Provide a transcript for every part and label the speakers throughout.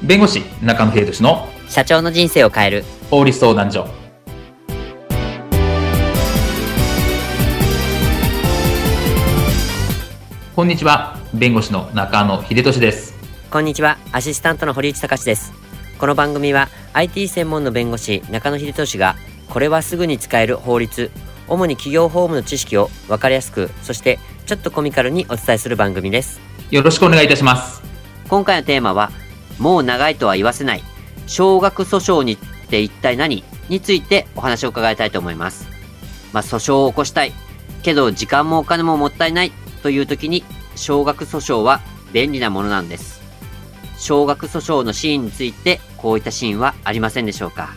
Speaker 1: 弁護士中野秀俊の
Speaker 2: 社長の人生を変える
Speaker 1: 法律相談所。こんにちは、弁護士の中野秀俊です。
Speaker 2: こんにちは、アシスタントの堀内隆です。この番組は IT 専門の弁護士中野秀俊がこれはすぐに使える法律、主に企業法務の知識を分かりやすく、そしてちょっとコミカルにお伝えする番組です。
Speaker 1: よろしくお願いいたします。
Speaker 2: 今回のテーマは、もう長いとは言わせない少額訴訟にって一体何についてお話を伺いたいと思います。訴訟を起こしたいけど時間もお金ももったいないという時に少額訴訟は便利なものなんです。少額訴訟のシーンについてこういったシーンはありませんでしょうか？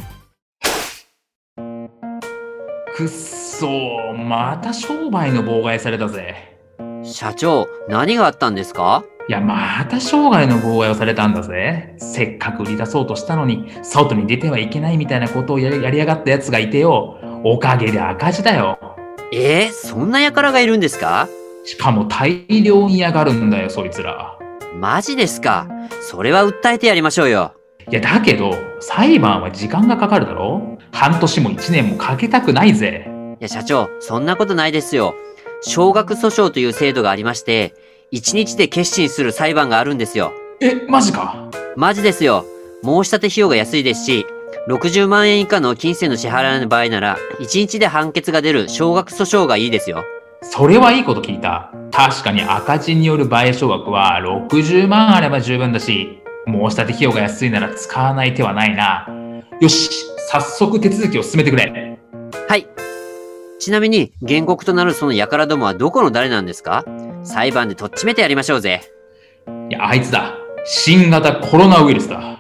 Speaker 1: くっそー、また商売の妨害されたぜ。
Speaker 2: 社長、何があったんですか？
Speaker 1: いや、また商売の妨害をされたんだぜ。せっかく売り出そうとしたのに外に出てはいけないみたいなことをやりやがったやつがいてよ。おかげで赤字だよ。
Speaker 2: そんな輩がいるんですか？
Speaker 1: しかも大量に嫌がるんだよ、そいつら。
Speaker 2: マジですか？それは訴えてやりましょうよ。
Speaker 1: いや、だけど裁判は時間がかかるだろ。半年も1年もかけたくないぜ。
Speaker 2: いや社長、そんなことないですよ。少額訴訟という制度がありまして、1日で決審する裁判があるんですよ。
Speaker 1: マジか。
Speaker 2: マジですよ。申し立て費用が安いですし、60万円以下の金銭の支払いの場合なら、1日で判決が出る少額訴訟がいいですよ。
Speaker 1: それはいいこと聞いた。確かに赤字による賠償額は60万あれば十分だし、申し立て費用が安いなら使わない手はないな。よし、早速手続きを進めてくれ。
Speaker 2: はい。ちなみに、原告となるその輩どもはどこの誰なんですか？裁判でとっちめてやりましょうぜ。
Speaker 1: いや、あいつだ。新型コロナウイルスだ。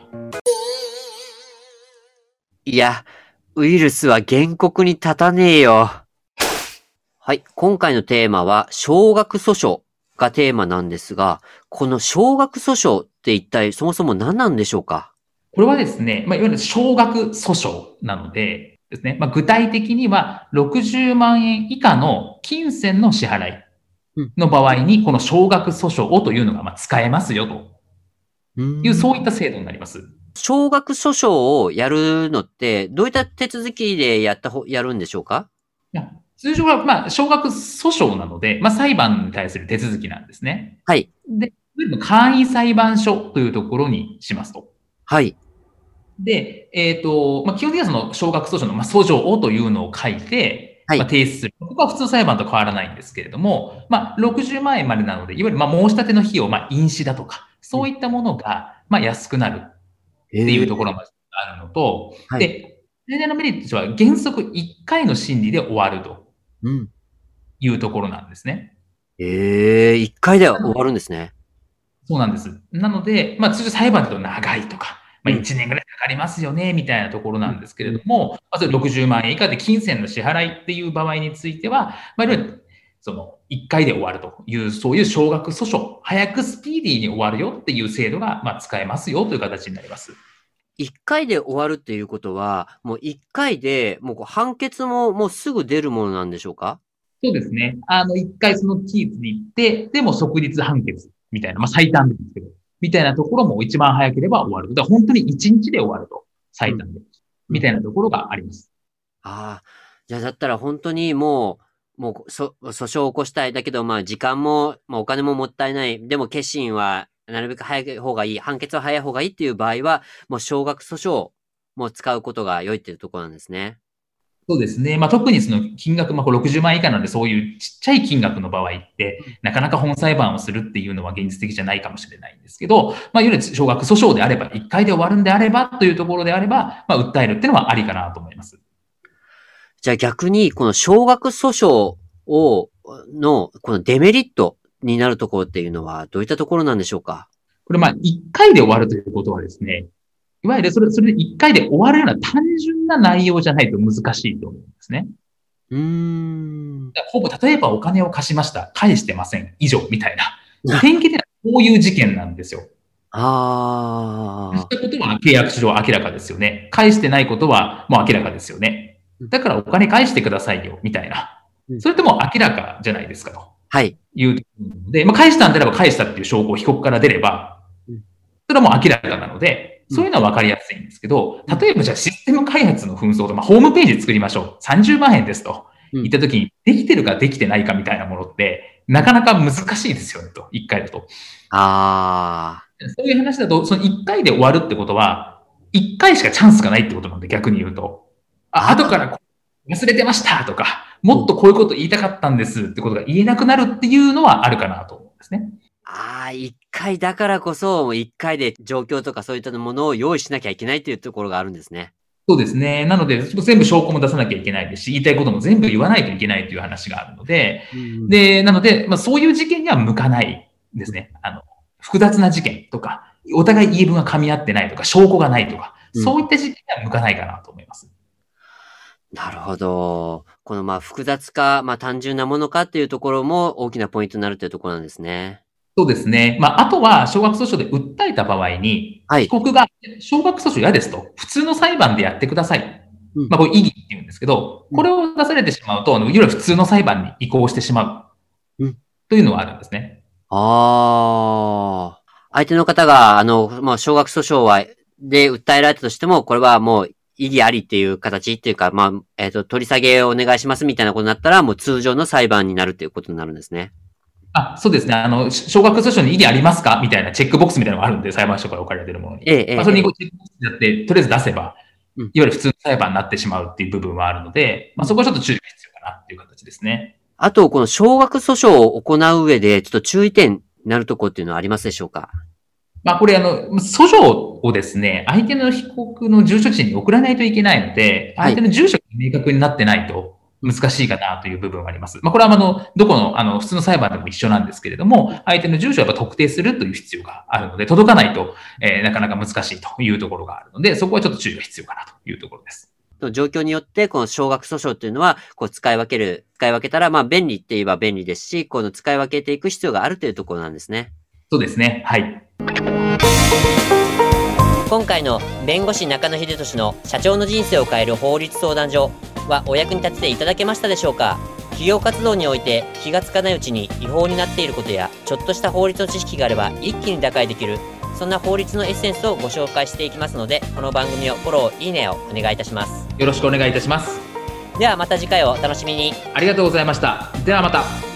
Speaker 2: いや、ウイルスは原告に立たねえよ。はい、今回のテーマは少額訴訟がテーマなんですが、この少額訴訟って一体そもそも何なんでしょうか？
Speaker 1: これはですね、いわゆる少額訴訟なのでですね、具体的には60万円以下の金銭の支払いの場合に、この少額訴訟をというのが使えますよという、そういった制度になります。
Speaker 2: 少額訴訟をやるのって、どういった手続きでやるんでしょうか？
Speaker 1: いや、通常は少額訴訟なので、裁判に対する手続きなんですね。
Speaker 2: はい。
Speaker 1: で、簡易裁判所というところにしますと。
Speaker 2: はい。
Speaker 1: で、基本的にはその少額訴訟の訴状をというのを書いて、
Speaker 2: はい、
Speaker 1: 提出する。ここは普通裁判と変わらないんですけれども、60万円までなので、いわゆる申し立ての費用、印紙だとか、そういったものが、安くなるっていうところがあるのと、
Speaker 2: はい、
Speaker 1: で、最大のメリットとしては原則1回の審理で終わるというところなんですね。
Speaker 2: 1回で終わるんですね。
Speaker 1: そうなんです。なので、通常裁判だと長いとか、1年ぐらいかかりますよね、みたいなところなんですけれども、それ60万円以下で金銭の支払いっていう場合については、いわゆるその1回で終わるという、そういう少額訴訟、早くスピーディーに終わるよっていう制度が使えますよという形になります。
Speaker 2: 1回で終わるっていうことは、もう1回でもう判決もすぐ出るものなんでしょうか？
Speaker 1: そうですね。1回その期日に行って、でも即日判決みたいな、最短ですけど、みたいなところも一番早ければ終わる。だから本当に1日で終わると、最短で、みたいなところがあります。
Speaker 2: じゃあだったら本当にもう訴訟を起こしたい。だけど時間も、お金ももったいない。でも決心はなるべく早い方がいい。判決は早い方がいいっていう場合は、もう少額訴訟も使うことが良いっていうところなんですね。
Speaker 1: そうですね。特にその金額、60万円以下なので、そういうちっちゃい金額の場合って、なかなか本裁判をするっていうのは現実的じゃないかもしれないんですけど、いわゆる少額訴訟であれば、1回で終わるんであれば、というところであれば、訴えるっていうのはありかなと思います。
Speaker 2: じゃあ逆に、この少額訴訟の、このデメリットになるところっていうのは、どういったところなんでしょうか？
Speaker 1: これ1回で終わるということはですね、いわゆるそれで1回で終わるような単純な内容じゃないと難しいと思うんですね。ほぼ、例えばお金を貸しました。返してません。以上、みたいな。典型的なこういう事件なんですよ。したことは契約上明らかですよね。返してないことはもう明らかですよね。だからお金返してくださいよ、みたいな。それってもう明らかじゃないですかと。
Speaker 2: はい。
Speaker 1: いうので、返したんであれば返したっていう証拠を被告から出れば、それはもう明らかなので、 そういうのは分かりやすいんですけど、例えばじゃあシステム開発の紛争と、ホームページ作りましょう。30万円ですと言ったときに、できてるかできてないかみたいなものって、なかなか難しいですよねと、1回だと。そういう話だと、その1回で終わるってことは、1回しかチャンスがないってことなんで、逆に言うと。後から忘れてましたとか、もっとこういうこと言いたかったんですってことが言えなくなるっていうのはあるかなと思うんですね。
Speaker 2: 1回だからこそ、1回で状況とかそういったものを用意しなきゃいけないというところがあるんですね。
Speaker 1: そうですね。なので、全部証拠も出さなきゃいけないですし、言いたいことも全部言わないといけないという話があるので、なので、そういう事件には向かないですね。複雑な事件とか、お互い言い分が噛み合ってないとか、証拠がないとか、そういった事件には向かないかなと思います。
Speaker 2: なるほど。この複雑か、単純なものかっていうところも大きなポイントになるというところなんですね。
Speaker 1: そうですね。あとは、少額訴訟で訴えた場合に、被告が、少額訴訟嫌ですと、普通の裁判でやってください。これ異議って言うんですけど、これを出されてしまうと、いわゆる普通の裁判に移行してしまう。というのはあるんですね。
Speaker 2: 相手の方が、少額訴訟で訴えられたとしても、これはもう異議ありっていう形っていうか、取り下げをお願いしますみたいなことになったら、もう通常の裁判になるっていうことになるんですね。
Speaker 1: そうですね。少額訴訟に異議ありますかみたいなチェックボックスみたいなのがあるんで、裁判所から置かれているものに。それにチェックボックスになって、とりあえず出せば、いわゆる普通の裁判になってしまうっていう部分はあるので、そこはちょっと注意が必要かなっていう形ですね。
Speaker 2: あと、この少額訴訟を行う上で、ちょっと注意点になるところっていうのはありますでしょうか？
Speaker 1: これ訴訟をですね、相手の被告の住所地に送らないといけないので、相手の住所が明確になってないと難しいかなという部分はあります。これはどこの普通の裁判でも一緒なんですけれども、相手の住所をやっぱ特定するという必要があるので、届かないと、なかなか難しいというところがあるので、そこはちょっと注意が必要かなというところです。
Speaker 2: 状況によって、この少額訴訟っていうのは、使い分けたら、便利って言えば便利ですし、使い分けていく必要があるというところなんですね。
Speaker 1: そうですね。はい。
Speaker 2: 今回の弁護士中野秀俊の社長の人生を変える法律相談所はお役に立てていただけましたでしょうか？企業活動において気がつかないうちに違法になっていることや、ちょっとした法律の知識があれば一気に打開できる、そんな法律のエッセンスをご紹介していきますので、この番組をフォロー、いいねをお願いいたします。
Speaker 1: よろしくお願いいたします。
Speaker 2: ではまた次回をお楽しみに。
Speaker 1: ありがとうございました。ではまた。